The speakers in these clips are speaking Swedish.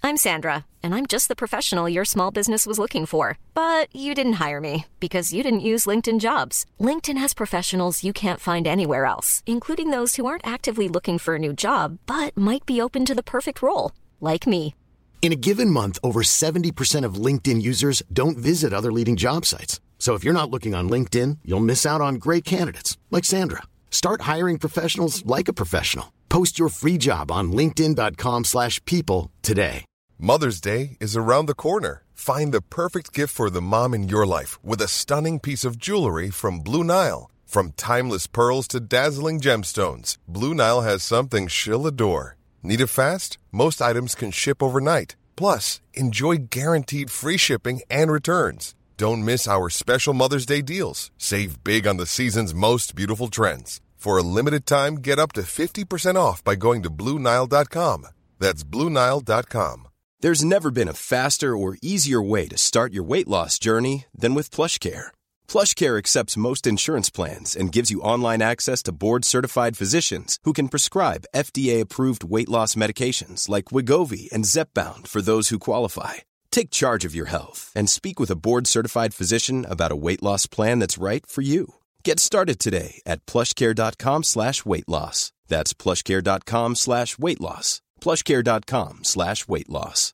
I'm Sandra, and I'm just the professional your small business was looking for. But you didn't hire me because you didn't use LinkedIn Jobs. LinkedIn has professionals you can't find anywhere else, including those who aren't actively looking for a new job, but might be open to the perfect role, like me. In a given month, over 70% of LinkedIn users don't visit other leading job sites. So if you're not looking on LinkedIn, you'll miss out on great candidates like Sandra. Start hiring professionals like a professional. Post your free job on linkedin.com/people today. Mother's Day is around the corner. Find the perfect gift for the mom in your life with a stunning piece of jewelry from Blue Nile. From timeless pearls to dazzling gemstones, Blue Nile has something she'll adore. Need it fast? Most items can ship overnight. Plus, enjoy guaranteed free shipping and returns. Don't miss our special Mother's Day deals. Save big on the season's most beautiful trends. For a limited time, get up to 50% off by going to BlueNile.com. That's BlueNile.com. There's never been a faster or easier way to start your weight loss journey than with PlushCare. PlushCare accepts most insurance plans and gives you online access to board-certified physicians who can prescribe FDA-approved weight loss medications like Wegovy and Zepbound for those who qualify. Take charge of your health and speak with a board-certified physician about a weight loss plan that's right for you. Get started today at plushcare.com/weightloss. That's plushcare.com/weightloss. plushcare.com/weightloss.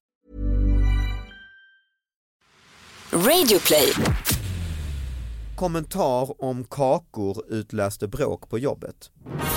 Radio Play. Kommentar om kakor utlöste bråk på jobbet.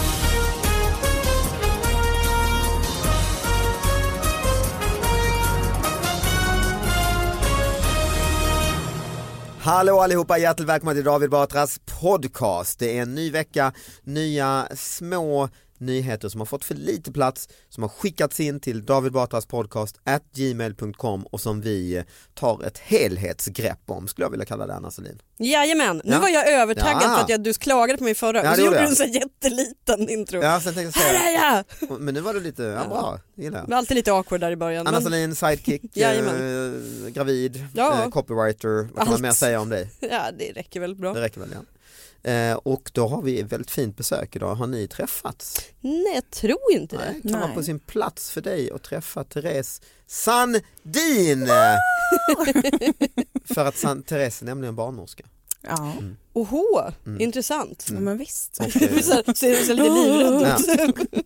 Hallå allihopa, hjärtligt välkomna till David Batras podcast. Det är en ny vecka, nya små nyheter som har fått för lite plats, som har skickats in till davidbatraspodcast@gmail.com och som vi tar ett helhetsgrepp om, skulle jag vilja kalla det, Anna Selin. Jajamän, nu var jag övertaggad för att du klagade på mig förra, så gjorde du en så jätteliten intro. Ja, sen tänkte jag säga. Men nu var det lite, bra, gillar jag. Det var alltid lite awkward där i början. Anna Selin, sidekick, gravid, copywriter, vad kan man mer säga om dig? Ja, det räcker väl bra. Det räcker väl, ja. Och då har vi ett väldigt fint besök idag. Har ni träffats? Nej, jag tror inte det. Det kan vara på sin plats för dig att träffa Therese Sandin. För att Therese är nämligen barnmorska. Ja. Oho, intressant. Mm. Ja, men visst. Och, ser lite livrädd ut.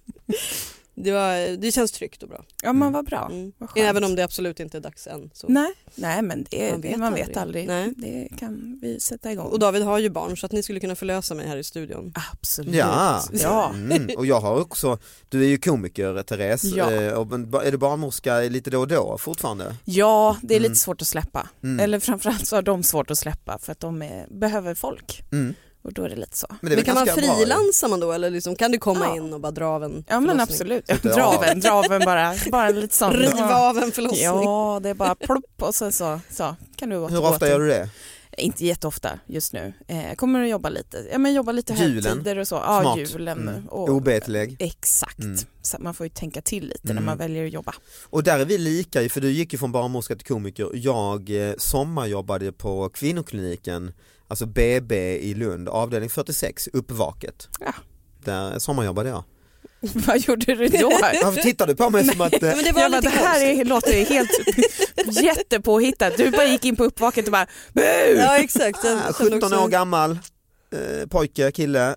Det känns tryggt och bra. Ja, men vad bra. Även om det absolut inte är dags än. Så. Nej, men man vet aldrig. Nej. Det kan vi sätta igång. Och David har ju barn, så att ni skulle kunna förlösa mig här i studion. Absolut. Ja. Och jag har också, du är ju komiker, Therese. Ja. Är du barnmorska lite då och då fortfarande? Ja, det är lite svårt att släppa. Eller framförallt så har de svårt att släppa för att de behöver folk. Och då är det lite så. Men kan man frilansa man då, eller liksom, kan du komma in och bara dra av en förlossning? Men absolut. Dra av en bara lite sån. Riva av en förlossning. Ja, det är bara plopp och sen så kan du Hur ofta gör du det? Inte jätteofta just nu. Jag kommer att jobba lite. Ja, men jobba lite högtider och så. Ja, julen. OB-tillägg. Exakt. Så man får ju tänka till lite när man väljer att jobba. Och där är vi lika, för du gick ju från barnmorska till komiker. Jag sommarjobbade på kvinnokliniken, alltså BB i Lund, avdelning 46, Uppvaket. Ja. Där sommarjobbade jag. Vad gjorde du då? Varför tittar du på mig som att... Men det var det här låter helt jättepåhittat. Du bara gick in på Uppvaket och bara... Ja, exakt. 17 år gammal. Pojke, kille,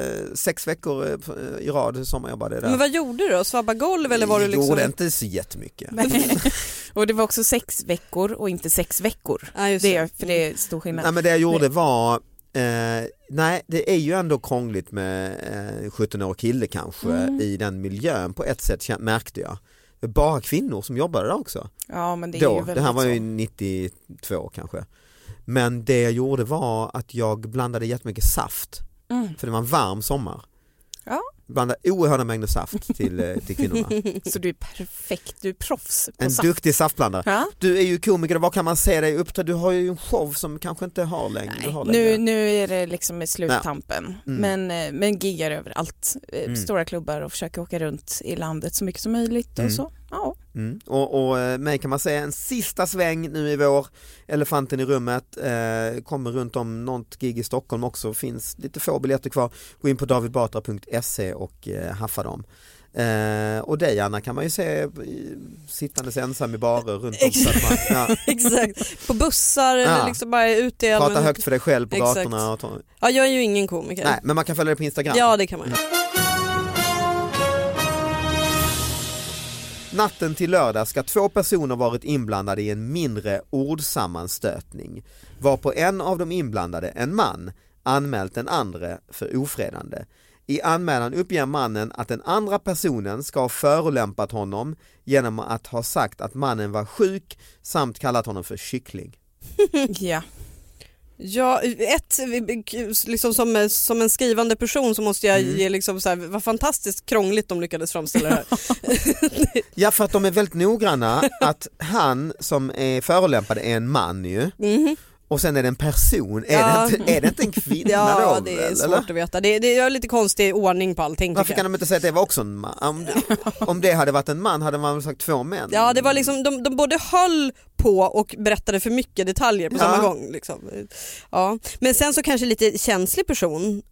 6 veckor i rad sommarjobbade där. Men vad gjorde du då? Svabba golv eller var du liksom... gjorde inte så jättemycket. Och det var också 6 veckor och inte 6 veckor. Ja, just det. För det är stor skillnad. Nej, men det jag gjorde var... nej, det är ju ändå krångligt med 17-årig kille kanske i den miljön på ett sätt, märkte jag. Det var bara kvinnor som jobbade där också. Ja, men det är då, ju väldigt det här var ju så. 92 kanske. Men det jag gjorde var att jag blandade jättemycket saft. För det var en varm sommar. Ja. Blandade oerhörda mängder saft till kvinnorna. Så du är perfekt, du är proffs på en saft. Duktig saftblandare. Ja? Du är ju komiker, vad kan man säga dig uppträda? Du har ju en show som kanske inte har längre. Nu är det liksom i sluttampen. Men giggar överallt. Stora klubbar och försöker åka runt i landet så mycket som möjligt och så. Ja. Och mig kan man säga en sista sväng nu i vår. Elefanten i rummet kommer runt om något gig i Stockholm också. Finns lite få biljetter kvar. Gå in på davidbatra.se och haffa dem. Och dig Anna kan man ju se sittandes ensam i barer runt om. Ja. Exakt, på bussar eller liksom bara ute i prata högt för dig själv på gatorna. Ja, jag är ju ingen komiker. Nej, men man kan följa det på Instagram. Ja, det kan man. Natten till lördag ska 2 personer varit inblandade i en mindre ordsammanstötning. Varpå en av de inblandade, en man, anmält den andra för ofredande. I anmälan uppger mannen att den andra personen ska ha förolämpat honom genom att ha sagt att mannen var sjuk samt kallat honom för kyckling. Ja. Ja, liksom som en skrivande person så måste jag ge liksom så här, vad fantastiskt krångligt de lyckades framställa det här. Ja, för att de är väldigt noggranna att han som är förolämpad är en man ju. Och sen är det en person, är det inte en kvinna då? Ja, det är svårt att veta. Det är lite konstig ordning på allting. Varför kan de inte säga att det var också en man? Om det hade varit en man hade man väl sagt 2 män. Ja, det var liksom, de både höll på och berättade för mycket detaljer på samma gång. Liksom. Ja. Men sen så kanske lite känslig person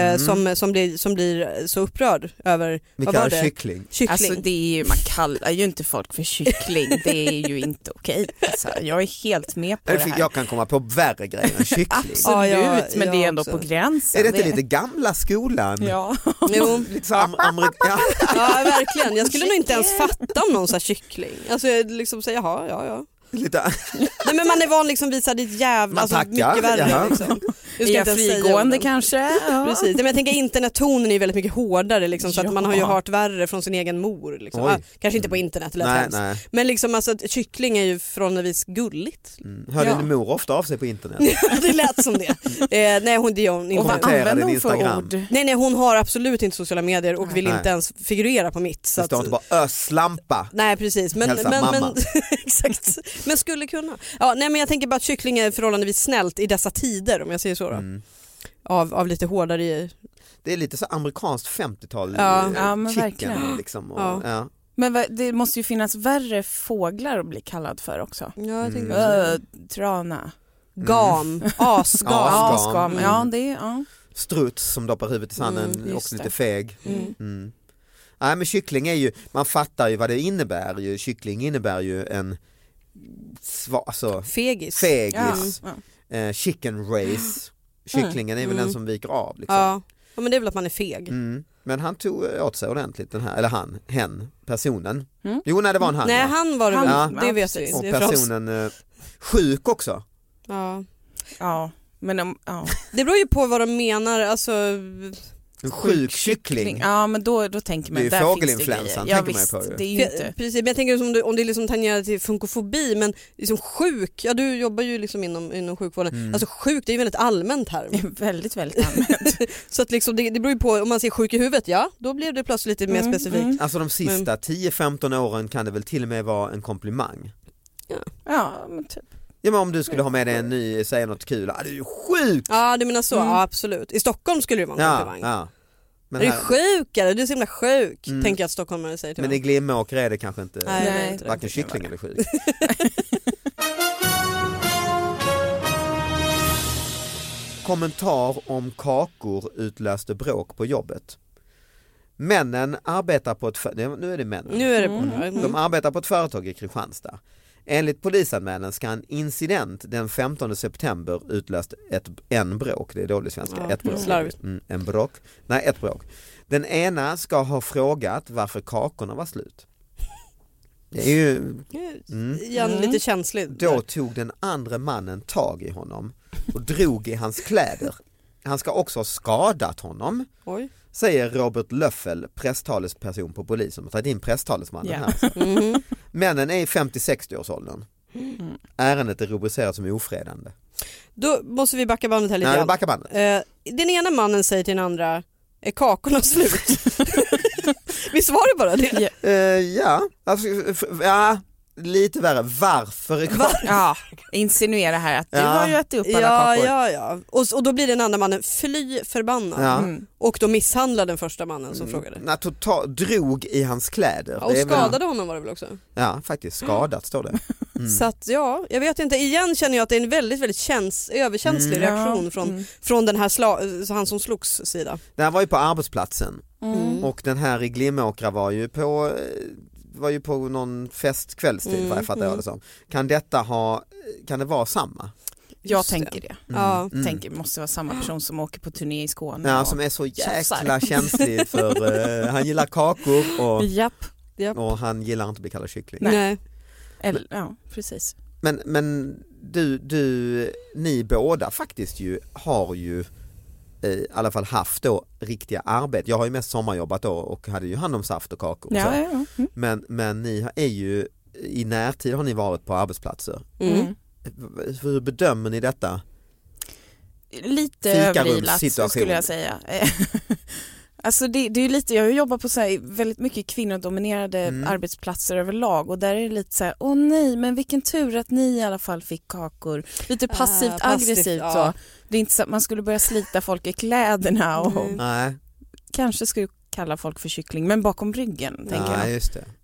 som blir så upprörd över vad var det? Kyckling. Alltså det är ju, man kallar ju inte folk för kyckling. Det är ju inte okej. Alltså, jag är helt med på det här. Jag kan komma på värre grejer än kyckling. Absolut, men det är ändå också på gränsen. Är det inte lite gamla skolan? Ja. Jo. Lite ja, verkligen. Jag skulle nog inte ens fatta om någon sa kyckling. Alltså liksom säga ja. Lite. Nej, men man är van liksom visa ditt jävla, alltså mycket värre liksom. Är jag frigående kanske? Ja. Precis. Men jag tänker internettonen är väldigt mycket hårdare liksom, så att man har ju hört värre från sin egen mor liksom. Kanske inte på internet nej. Men liksom alltså kyckling är ju förhållandevis gulligt. Hörde din mor ofta av sig på internet? Det lät som det. Nej, hon det hon inte. Och vad använder hon för ord? Nej, hon har absolut inte sociala medier och vill inte ens figurera på mitt. Så det står inte bara öslampa. Nej, precis. Men exakt. Men skulle kunna. Ja, nej, men jag tänker bara att kyckling är förhållandevis snällt i dessa tider, om jag säger så då. Av lite hårdare. Det är lite så amerikanskt 50-tal. Ja, men verkligen. Liksom, ja. Men det måste ju finnas värre fåglar att bli kallad för också. Ja, jag tänker trana. Gam. Asgam. Ja, det är struts som doppar huvudet i sanden, också lite feg. Nej, men kyckling är ju, man fattar ju vad det innebär ju. Kyckling innebär ju en fegis. Chicken race. Kycklingen är väl den som viker av liksom. Ja, men det är väl att man är feg. Men han tog åt sig ordentligt den här, eller personen. Jo, nej, det var en han. Nej, han var det väl, det vet vi. Och personen sjuk också. Ja. Men det beror ju på vad de menar, alltså en sjuk kyckling. Ja, men då tänker man det är ju fågelinfluensan tänker man på. Det är ju inte. Precis, men jag tänker om det liksom tangerar till funkofobi, men liksom sjuk, ja du jobbar ju liksom inom sjukvården. Alltså sjuk, det är ju väldigt allmänt här. Väldigt, väldigt allmänt. Så att liksom det beror ju på, om man ser sjuk i huvudet, då blir det plötsligt lite mer specifikt. Alltså de sista 10-15 åren kan det väl till och med vara en komplimang. Ja, men typ. Ja, men om du skulle ha med dig en ny, säga något kul, det är ju sjukt! Ja, du menar så, ja, absolut. I Stockholm skulle det vara en komplimang. Ja. Men är du sjukare? Du är så himla sjuk, tänker jag att stockholmare säger till mig. Men i Glimåker är det kanske inte, nej, varken kyckling eller sjuk. Kommentar om kakor utlöste bråk på jobbet. Männen arbetar på nu är det männen. Nu är det De arbetar på ett företag i Kristianstad. Enligt polisanmälan ska en incident den 15 september utlöst en bråk. Det är dålig svenska. Ett bråk. Ett bråk. Den ena ska ha frågat varför kakorna var slut. Det är ju lite känsligt. Då tog den andra mannen tag i honom och drog i hans kläder. Han ska också ha skadat honom. Oj. Säger Robert Löffel, presstalesperson på polisen. Ta in presstalesmannen här. Männen är i 50-60-årsåldern. Ärendet är rubricerat som ofredande. Då måste vi backa bandet här lite grann. Backa bandet. Den ena mannen säger till den andra, är kakorna slut? Visst var det bara det? Lite värre. Varför? Ja, insinuera här att du har ju ätit upp alla kakor. Ja. Och då blir den andra mannen fly förbannad. Och då misshandlar den första mannen som frågade. Drog i hans kläder. Och skadade honom var det väl också? Ja, faktiskt. Skadat står det. Så att jag vet inte, igen känner jag att det är en väldigt, väldigt överkänslig reaktion från den här han som slogs sida. Det här var ju på arbetsplatsen och den här i Glimåkra var ju på någon festkvällstid vad jag fattar det som. Kan det vara samma? Jag tänker det. Tänker det måste vara samma person som åker på turné i Skåne. Ja, som är så jäkla känslig för han gillar kakor och och han gillar inte att bli kallad kyckling. Nej. Eller, ja, precis. Men ni båda faktiskt har ju i alla fall haft då riktiga arbete. Jag har ju mest sommarjobbat då och hade ju hand om saft och kakor. Ja. Men ni är ju i närtid har ni varit på arbetsplatser. Hur bedömer ni detta? Lite överilat skulle jag säga. Alltså det är lite, jag har jobbat på så här väldigt mycket kvinnodominerade arbetsplatser överlag och där är det lite så här, åh nej, men vilken tur att ni i alla fall fick kakor. Lite passivt aggressivt så. Det är inte så att man skulle börja slita folk i kläderna och kanske skulle kalla folk för kyckling, men bakom ryggen tänker jag. Just det.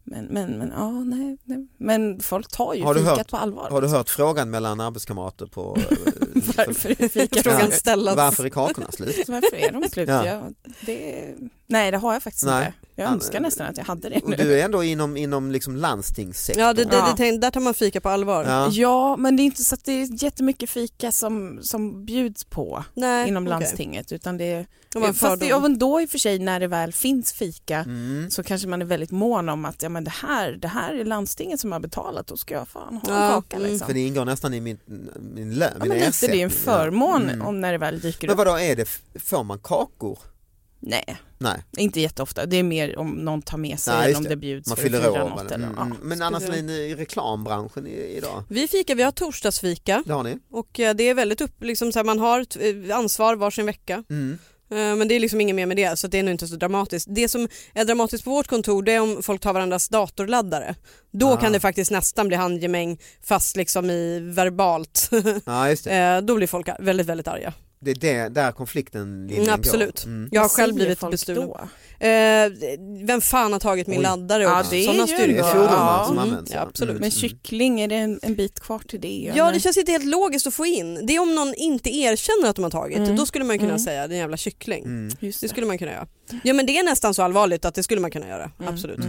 Men folk tar ju fikat på allvar. Har du hört frågan mellan arbetskamrater på varför fikafrågan ställas? Varför är kakorna slut? Varför är de slut? Nej, det har jag faktiskt inte. Jag önskar nästan att jag hade det nu. Och du är ändå inom liksom landstingssektorn. Ja, där tar man fika på allvar. Ja, men det är inte så att det är jättemycket fika som bjuds på inom landstinget, utan det är fast det ändå i och för sig när det väl finns fika så kanske man är väldigt mån om att men det här är landstinget som har betalat, då ska jag fan ha en kaka liksom. För det ingår nästan i min lön. Men lite, det är en förmån om när det väl dyker upp. Men vadå är det? Får man kakor? Nej, inte jätteofta. Det är mer om någon tar med sig eller om det bjuds man för fyller år, något eller, Men annars är ni i reklambranschen idag? Vi har torsdagsfika. Det har ni. Och det är väldigt liksom så här, man har ansvar varsin vecka. Men det är liksom inget mer med det, så det är nog inte så dramatiskt. Det som är dramatiskt på vårt kontor, det är om folk tar varandras datorladdare. Då kan det faktiskt nästan bli handgemäng, fast liksom i verbalt. Just det. Då blir folk väldigt, väldigt arga. Det är där konflikten ligger. Absolut. Jag har själv blivit bestulen. Vem fan har tagit min laddare? Ja, det är ju som används. Ja, absolut. Men kyckling, är det en bit kvar till det? Ja, det känns inte helt logiskt att få in. Det är om någon inte erkänner att de har tagit. Då skulle man kunna säga, det är en jävla kyckling. Det skulle man kunna göra. Ja, men det är nästan så allvarligt att det skulle man kunna göra. Absolut.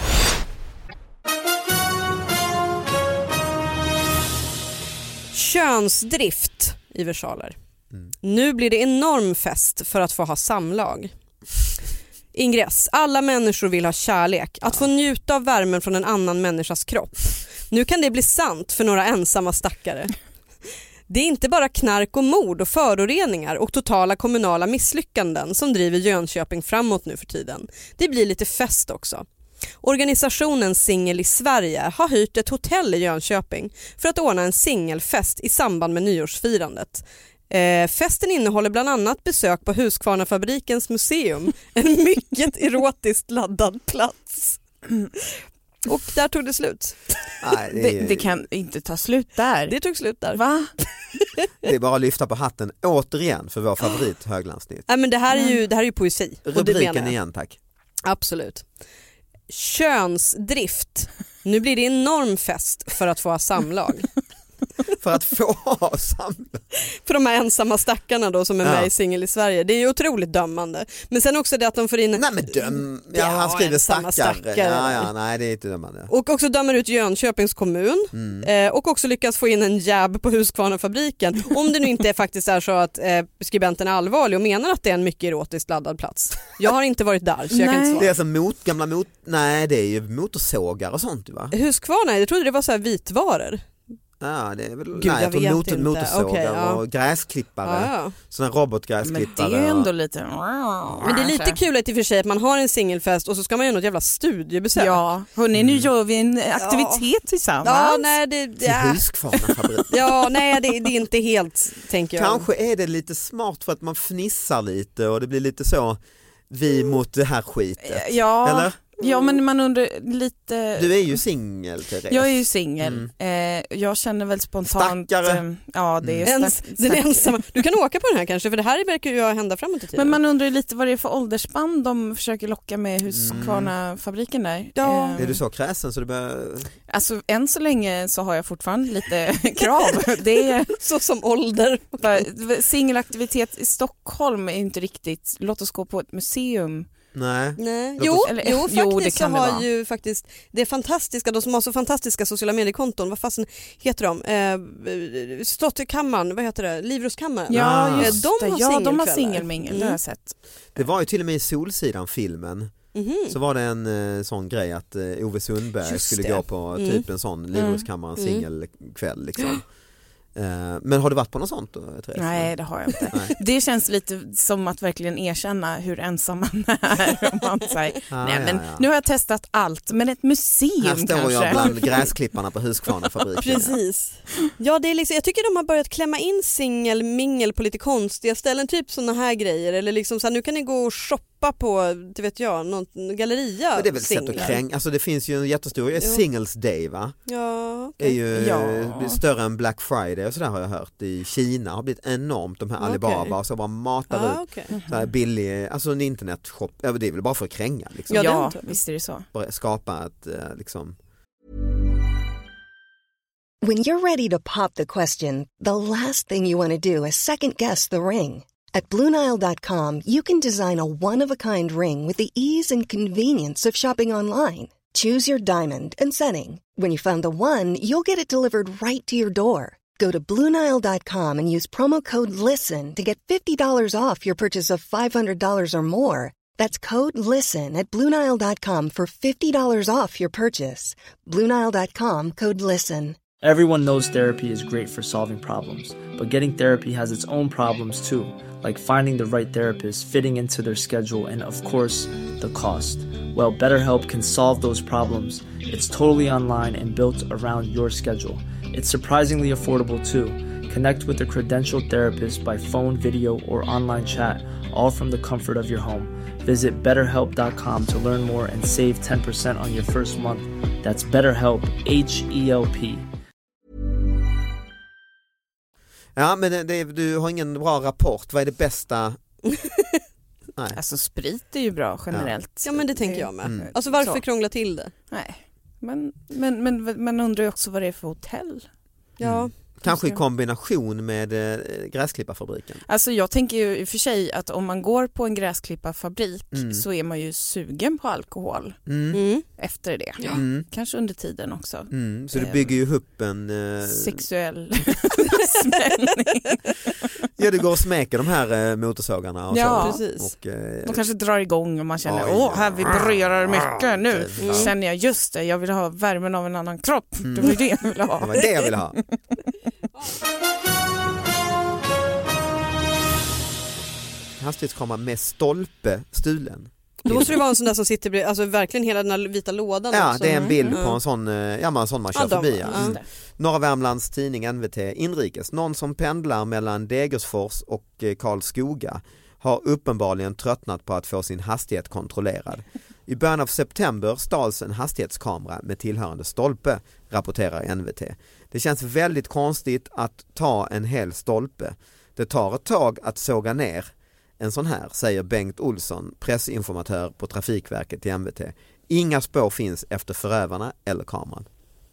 Könsdrift i versaler. Nu blir det enorm fest för att få ha samlag. Ingress. Alla människor vill ha kärlek. Att få njuta av värmen från en annan människas kropp. Nu kan det bli sant för några ensamma stackare. Det är inte bara knark och mord och föroreningar och totala kommunala misslyckanden som driver Jönköping framåt nu för tiden. Det blir lite fest också. Organisationen Singel i Sverige har hyrt ett hotell i Jönköping för att ordna en singelfest i samband med nyårsfirandet. Festen innehåller bland annat besök på Husqvarna-fabrikens museum, en mycket erotiskt laddad plats. Och där tog det slut. Nej, det kan inte ta slut där. Det tog slut där. Va? Det är bara att lyfta på hatten återigen för vår favorit höglandsnytt. Nej, men det här är ju poesi. Rubriken igen, tack. Absolut. Könsdrift. Nu blir det enorm fest för att få ha samlag. För att få ha samlag. För de här ensamma stackarna då som är med i Singel i Sverige. Det är ju otroligt dömande. Men sen också det att de får in... Nej men han skriver stackare. Nej, det är inte dömande. Och också dömer ut Jönköpings kommun. Och också lyckas få in en jab på Husqvarna-fabriken. Om det nu inte faktiskt är så att skribenten är allvarlig och menar att det är en mycket erotiskt laddad plats. Jag har inte varit där så jag kan inte svara. Det är det är ju motorsågar och sånt va? Husqvarna, jag trodde det var så här vitvaror. Ja, det är väl motorsågar och gräsklippare. Sådana robotgräsklippare. Men det är ändå lite... Men det är lite kul att i och för sig att man har en singelfest och så ska man göra något jävla studiebesök. Ja, hörni, nu gör vi en aktivitet tillsammans. Ja, nej, till Husqvarna-fabrik. Ja, nej, det är inte helt, tänker jag. Kanske är det lite smart för att man fnissar lite och det blir lite så... Vi mot det här skitet. Ja, eller? Ja, men man undrar lite... Du är ju singel, Therese. Jag är ju singel. Jag känner väl spontant... Stackare. Ja, det är den ensamma. Du kan åka på den här kanske, för det här verkar ju hända framåt i tiden. Men man undrar lite vad det är för åldersspann de försöker locka med Husqvarna-fabriken där. Ja. Är du så kräsen så du börjar... Alltså än så länge så har jag fortfarande lite krav. Det är så som ålder. Singelaktivitet i Stockholm är inte riktigt, låt oss gå på ett museum. Nej. Jo, faktiskt det kan så har det vara. ju faktiskt det fantastiska, de som har så fantastiska sociala mediekonton, vad fasen heter de? Stotterkammaren, vad heter det? Livrustkammaren. Ja, just de det. De har singelmingel, det har jag sett. Det var ju till och med i Solsidan-filmen. Så var det en sån grej att Ove Sundberg skulle gå på typ en sån Livrustkammaren singelkväll liksom. Men har du varit på något sånt då, Therese? Nej, det har jag inte. Det känns lite som att verkligen erkänna hur ensam man är. Man säger, nu har jag testat allt, men ett museum här står kanske. Jag bland gräsklipparna på Husqvarna-fabriken. Precis. Ja, det är liksom, jag tycker de har börjat klämma in singelmingel på lite konstiga ställen, typ såna här grejer, eller liksom så här, nu kan ni gå och shoppa på, det vet jag, någon galleria. Men det är väl sätt att kränga, alltså det finns ju en jättestor Singles Day, va? Ja, det är ju större än Black Friday och sådär har jag hört. I Kina har blivit enormt, de här Alibaba och så bara matar ut så här billig, alltså en internetshop, det är väl bara för att kränga liksom. Ja, visst är det så. Bara skapa ett liksom. When you're ready to pop the question, the last thing you want to do is second guess the ring. At BlueNile.com you can design a one-of-a-kind ring with the ease and convenience of shopping online. Choose your diamond and setting. When you find the one, you'll get it delivered right to your door. Go to BlueNile.com and use promo code LISTEN to get $50 off your purchase of $500 or more. That's code LISTEN at BlueNile.com for $50 off your purchase. BlueNile.com, code LISTEN. Everyone knows therapy is great for solving problems, but getting therapy has its own problems too, like finding the right therapist, fitting into their schedule, and of course, the cost. Well, BetterHelp can solve those problems. It's totally online and built around your schedule. It's surprisingly affordable too. Connect with a credentialed therapist by phone, video, or online chat, all from the comfort of your home. Visit BetterHelp.com to learn more and save 10% on your first month. That's BetterHelp, H-E-L-P. Ja, men du har ingen bra rapport. Vad är det bästa? Nej. Alltså sprit är ju bra generellt. Ja, men det tänker jag med. Alltså varför krångla till det? Nej, men man undrar ju också vad det är för hotell. Ja. Kanske i kombination med gräsklipparfabriken. Alltså jag tänker ju i och för sig att om man går på en gräsklipparfabrik så är man ju sugen på alkohol efter det. Kanske under tiden också. Så du bygger ju upp en sexuell spänning. Ja, det går att smäka de här motorsågarna och så. Precis. Och, de kanske drar igång och man känner här vibrerar mycket nu. Känner jag just det, jag vill ha värmen av en annan kropp. Det var det jag ville ha. Det var det jag ville ha. Hastighetskamera med stolpe stulen. Då måste det vara en sån där som sitter bredvid, alltså verkligen hela den här vita lådan. Ja, också. Det är en bild på en sån, en sån man kör förbi. Norra Värmlands tidning NVT Inrikes. Någon som pendlar mellan Degersfors och Karlskoga har uppenbarligen tröttnat på att få sin hastighet kontrollerad. I början av september stals en hastighetskamera med tillhörande stolpe, rapporterar NVT. Det känns väldigt konstigt att ta en hel stolpe. Det tar ett tag att såga ner en sån här, säger Bengt Olsson, pressinformatör på Trafikverket i NVT. Inga spår finns efter förövarna eller kameran.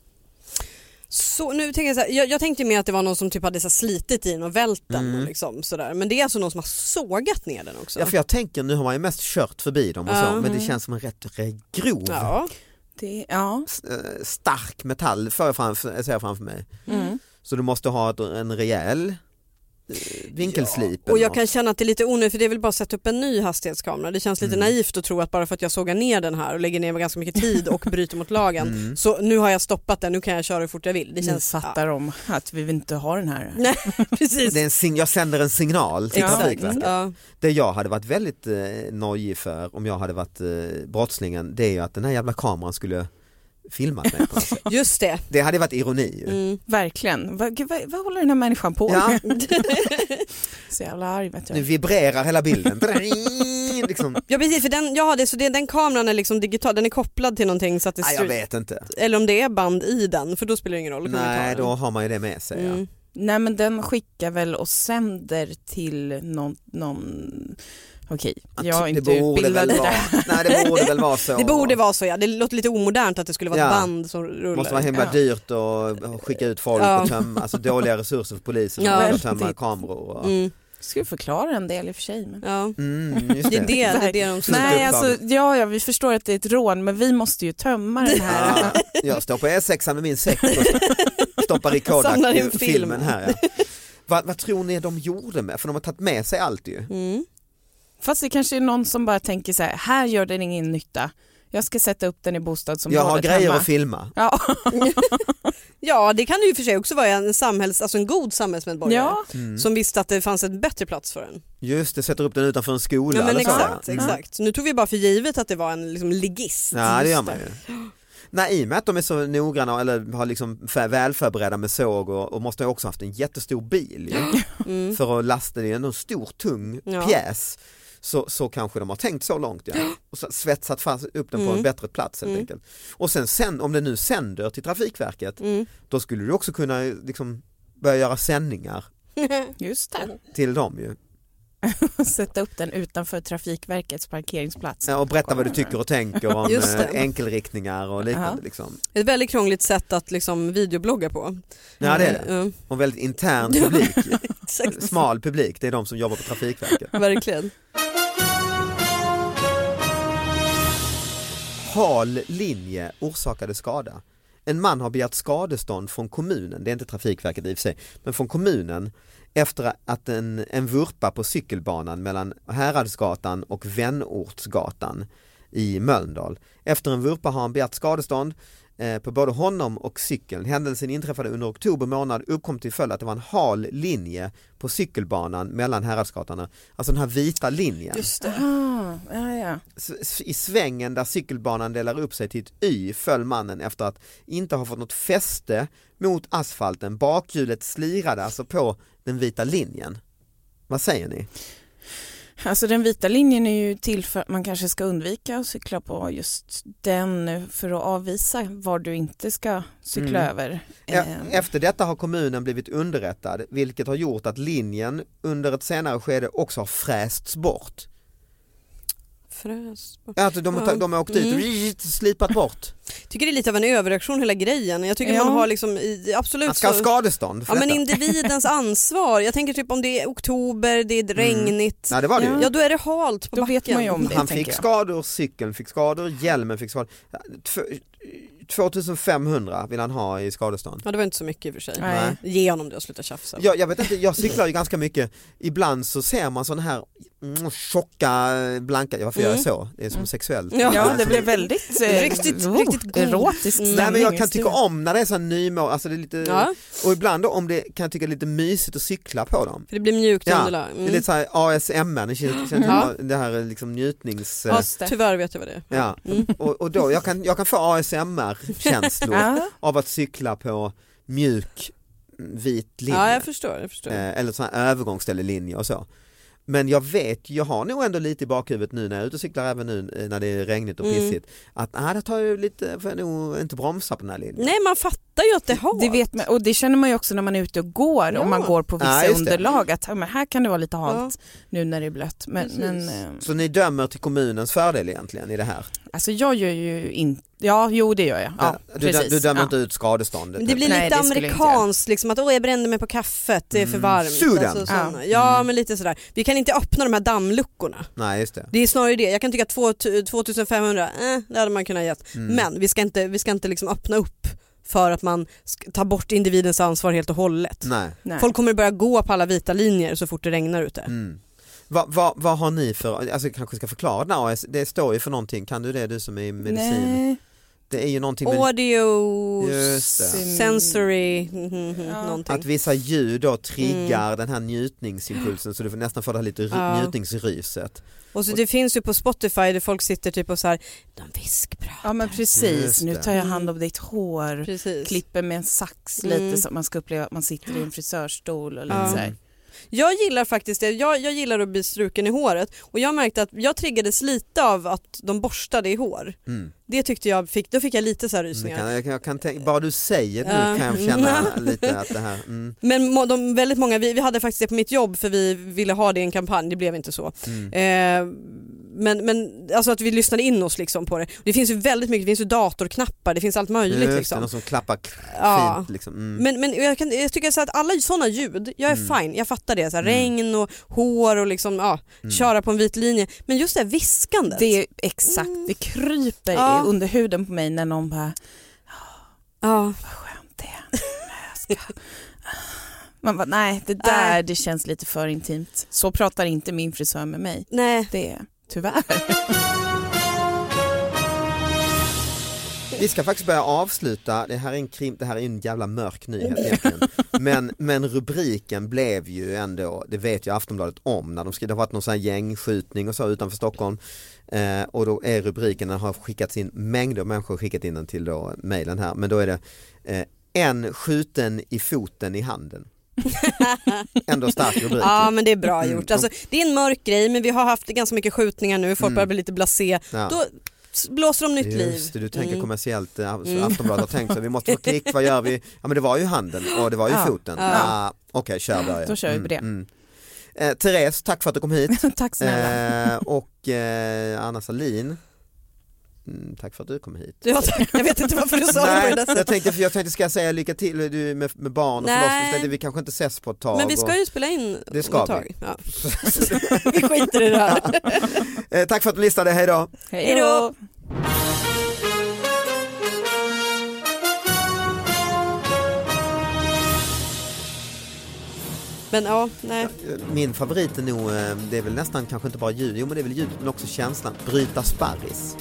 Så nu tänker jag så här, jag tänkte mer att det var någon som typ hade så slitit i den och vält den liksom, sådär. Men det är alltså någon som har sågat ner den också. Ja, för jag tänker, nu har man ju mest kört förbi dem och så, men det känns som en rätt grov. Ja. Stark metall ser jag framför mig. Så du måste ha en rejäl vinkelslip. Och jag kan känna att det är lite onödigt, för det är väl bara att sätta upp en ny hastighetskamera. Det känns lite naivt att tro att bara för att jag sågar ner den här och lägger ner ganska mycket tid och bryter mot lagen, så nu har jag stoppat den, nu kan jag köra hur fort jag vill. Det känns, fattar om att vi inte har den här. Nej, precis. Det är jag sänder en signal till Trafikverket. Ja. Det jag hade varit väldigt nojig för om jag hade varit brottslingen, det är ju att den här jävla kameran skulle filmat mig på något sätt. Just det. Det hade varit ironi ju. Verkligen. Vad håller den här människan på med? Så jävla arg, vet du. Nu vibrerar hela bilden. Liksom. Ja precis, för den kameran är liksom digital, den är kopplad till någonting så att det jag vet inte. Eller om det är band i den, för då spelar det ingen roll. Nej, då har man ju det med sig. Ja. Nej, men den skickar väl och sänder till någon... Okej, jag är inte utbildad i det. Nej, det borde väl vara så. Det borde vara så, ja. Det låter lite omodernt att det skulle vara ett band som rullar. Det måste vara hemma dyrt och skicka ut folk och tömma, alltså dåliga resurser för polisen och tömma kameror. Och... Skulle förklara en del i och för sig. Men... Just det. Det är det de Nej, alltså, vi förstår att det är ett rån, men vi måste ju tömma den här. Jag står på E6 med min säck och stoppar i Kodak-filmen här. Ja. Vad tror ni de gjorde med? För de har tagit med sig allt ju. Fast det kanske är någon som bara tänker så här gör den ingen nytta. Jag ska sätta upp den i bostadsområdet. Jag har grejer hemma att filma. Ja. Ja, det kan ju för sig också vara en god samhällsmedborgare som visste att det fanns en bättre plats för den. Just det, sätter upp den utanför en skola. Ja, men exakt. Nu tog vi bara för givet att det var en liksom ligist. Ja, det gör man ju. Nej, i och med att de är så noggranna eller har liksom välförberedda med såg och måste ha också haft en jättestor bil för att lasta det i en stor tung pjäs. Så kanske de har tänkt så långt och så svetsat fast upp den på en bättre plats helt enkelt. Och sen om det nu sänder till Trafikverket då skulle du också kunna liksom börja göra sändningar. Just det. Till dem ju. Sätta upp den utanför Trafikverkets parkeringsplats. Ja, och berätta vad du tycker och tänker om enkelriktningar och liknande. Liksom. Ett väldigt krångligt sätt att liksom videoblogga på. Ja, det är det. Och väldigt intern publik. Smal publik, det är de som jobbar på Trafikverket. Verkligen. Hal linje orsakade skada. En man har begärt skadestånd från kommunen, det är inte Trafikverket i och för sig, men från kommunen efter att en vurpa på cykelbanan mellan Häradsgatan och Vänortsgatan i Mölndal. Efter en vurpa har han begärt skadestånd på både honom och cykeln. Händelsen inträffade under oktober månad, uppkom till följd att det var en hal linje på cykelbanan mellan Häradsgatan, alltså den här vita linjen. Just det. I svängen där cykelbanan delar upp sig till ett Y föll mannen efter att inte ha fått något fäste mot asfalten. Bakhjulet slirade alltså på den vita linjen. Vad säger ni? Alltså den vita linjen är ju till för att man kanske ska undvika att cykla på just den för att avvisa var du inte ska cykla över. Efter detta har kommunen blivit underrättad, vilket har gjort att linjen under ett senare skede också har frästs bort. Att de har åkt ut och slipat bort. Tycker det är lite av en överreaktion hela grejen. Jag tycker man har liksom absolut att ska ha skadestånd för men individens ansvar. Jag tänker typ om det är oktober, det är regnigt. Nej, det var det ju. Ja, då är det halt på då backen. Vet man ju om det, han fick skador, cykeln fick skador, hjälmen fick skador. 2500 vill han ha i skadestånd. Ja, det var inte så mycket i och för sig. Nej. Ge honom det och sluta tjafsa. Jag vet inte, jag cyklar ju ganska mycket. Ibland så ser man sådana här tjocka, blanka, varför gör jag så? Det är som sexuellt. Ja, det blir väldigt riktigt erotiskt. Nej, men jag kan tycka om när det är så nymål, alltså det är lite, och ibland då, om det kan jag tycka lite mysigt att cykla på dem. För det blir mjukt underlag. Det är lite så här ASMR, det här liksom njutnings... Tyvärr vet jag vad det är. Ja, och då jag kan få ASMR-känslor av att cykla på mjuk vit linje. Ja, jag förstår. Eller sån här övergångsställe linje och så. Men jag har nog ändå lite i bakhuvudet nu när jag är ute och cyklar, även nu när det är regnigt och pissigt, att det tar ju lite, för jag nog inte bromsa på den här linjen. Nej, man fattar ju att det har. Det vet man, och det känner man ju också när man är ute och går, om man går på vissa underlag, att men här kan det vara lite halt nu när det är blött. Men, så ni dömer till kommunens fördel egentligen i det här? Alltså jag gör ju inte, det gör jag. Ja, du dömer inte ut skadeståndet? Det blir lite amerikanskt, liksom att jag brände mig på kaffet, det är för varmt. Alltså, men lite sådär. Vi kan inte öppna de här dammluckorna. Nej, just det. Det är snarare det. Jag kan tycka att 2500, det hade man kunnat gett. Men vi ska inte liksom öppna upp för att man tar bort individens ansvar helt och hållet. Nej. Folk kommer börja gå på alla vita linjer så fort det regnar ute. Vad har ni för, alltså jag kanske ska förklara det står ju för någonting, kan du det, du som är i medicin? Nej. Det är ju någonting med audio, sensory, någonting. Att vissa ljud då triggar den här njutningsimpulsen så du nästan får det här lite njutningsryset. Och så det finns ju på Spotify där folk sitter typ och så här, de viskpratar. Ja men precis, nu tar jag hand om ditt hår, klipper med en sax lite så att man ska uppleva att man sitter i en frisörstol och lite så här. Jag gillar faktiskt det, jag gillar att bli struken i håret och jag märkte att jag triggades lite av att de borstade i hår. Det tyckte jag då fick jag lite så här rysningar. Jag kan tänka, bara du säger nu kan jag känna lite att det här. Men väldigt många, vi hade faktiskt det på mitt jobb för vi ville ha det i en kampanj, det blev inte så. Men alltså att vi lyssnade in oss liksom på det. Det finns ju väldigt mycket, det finns ju datorknappar, det finns allt möjligt liksom. Någon som klappar fint liksom. Men jag tycker så att alla sådana ljud, jag är fine, jag fattar det så här, regn och hår och liksom köra på en vit linje, men just det här viskandet. Det är exakt, det kryper under huden på mig när någon bara vad skönt det är. Man bara, nej, det där det känns lite för intimt. Så pratar inte min frisör med mig. Nej. Det är tyvärr. Vi ska faktiskt börja avsluta. Det här är en jävla mörk nyhet egentligen. Men rubriken blev ju ändå, det vet ju Aftonbladet om, när det har varit någon sån här gängskjutning och så utanför Stockholm. Och då är rubriken, den har skickats in, mängder av människor har skickat in den till då mejlen här. Men då är det en skjuten i foten i handen. Ändå stark rubrik. Ja men det är bra gjort. Alltså, det är en mörk grej, men vi har haft ganska mycket skjutningar nu. Folk börjar bli lite blasé. Då blåser de nytt liv. Just det, du tänker kommersiellt. Aftonbladet har tänkt så, vi måste få klick, vad gör vi? Ja men det var ju handen och det var ju foten. Okej, kör börja. Då kör vi på det. Therese, tack för att du kom hit. Tack snälla. Och Anna Salin, tack för att du kom hit. Ja, tack. Jag vet inte varför du sa det på det sättet. Jag tänkte ska jag säga lycka till du med barn och förlossning. Vi kanske inte ses på ett tag. Men vi ska ju spela in det ska ett tag. Ja. Vi skiter i det här. Tack för att du lyssnade, hej då. Hej då. Men nej. Min favorit är nog, det är väl nästan kanske inte bara ljud, men det är väl ljudet men också känslan, bryta sparris.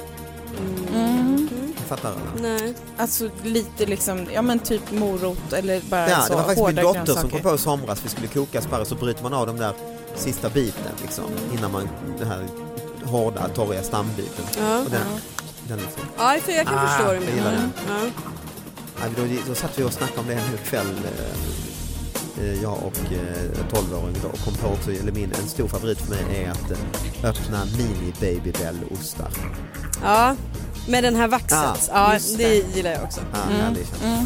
Fattar du? Nej. Alltså lite liksom, ja men typ morot eller bara så. Det var faktiskt min dotter som kom på i somras, vi skulle koka sparris, så bryter man av de där sista biten liksom, innan man, den här hårda, torriga stambiten. Och den liksom. Ja, för jag kan förstå det. Då satt vi och snackade om det här kväll, jag och 12-åring då, och kom på också, en stor favorit för mig är att öppna mini Babybel-ostar. Ja, med den här vaxet. Ja, det gillar jag också. Det känns.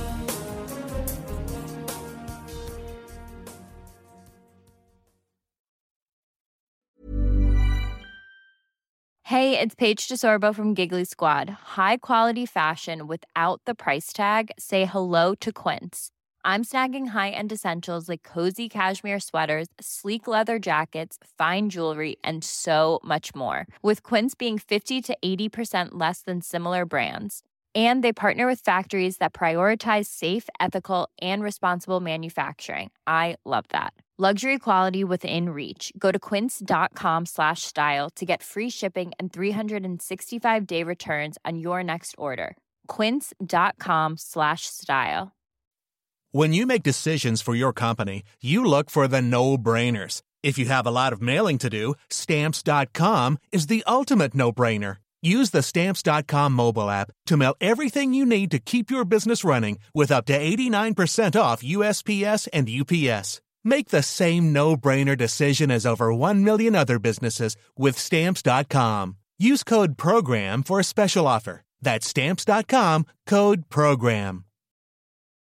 Hey, it's Paige DeSorbo from Giggly Squad. High quality fashion without the price tag. Say hello to Quince. I'm snagging high-end essentials like cozy cashmere sweaters, sleek leather jackets, fine jewelry, and so much more. With Quince being 50 to 80% less than similar brands. And they partner with factories that prioritize safe, ethical, and responsible manufacturing. I love that. Luxury quality within reach. Go to quince.com/style to get free shipping and 365-day returns on your next order. Quince.com/style. When you make decisions for your company, you look for the no-brainers. If you have a lot of mailing to do, Stamps.com is the ultimate no-brainer. Use the Stamps.com mobile app to mail everything you need to keep your business running with up to 89% off USPS and UPS. Make the same no-brainer decision as over 1 million other businesses with Stamps.com. Use code PROGRAM for a special offer. That's Stamps.com, code PROGRAM.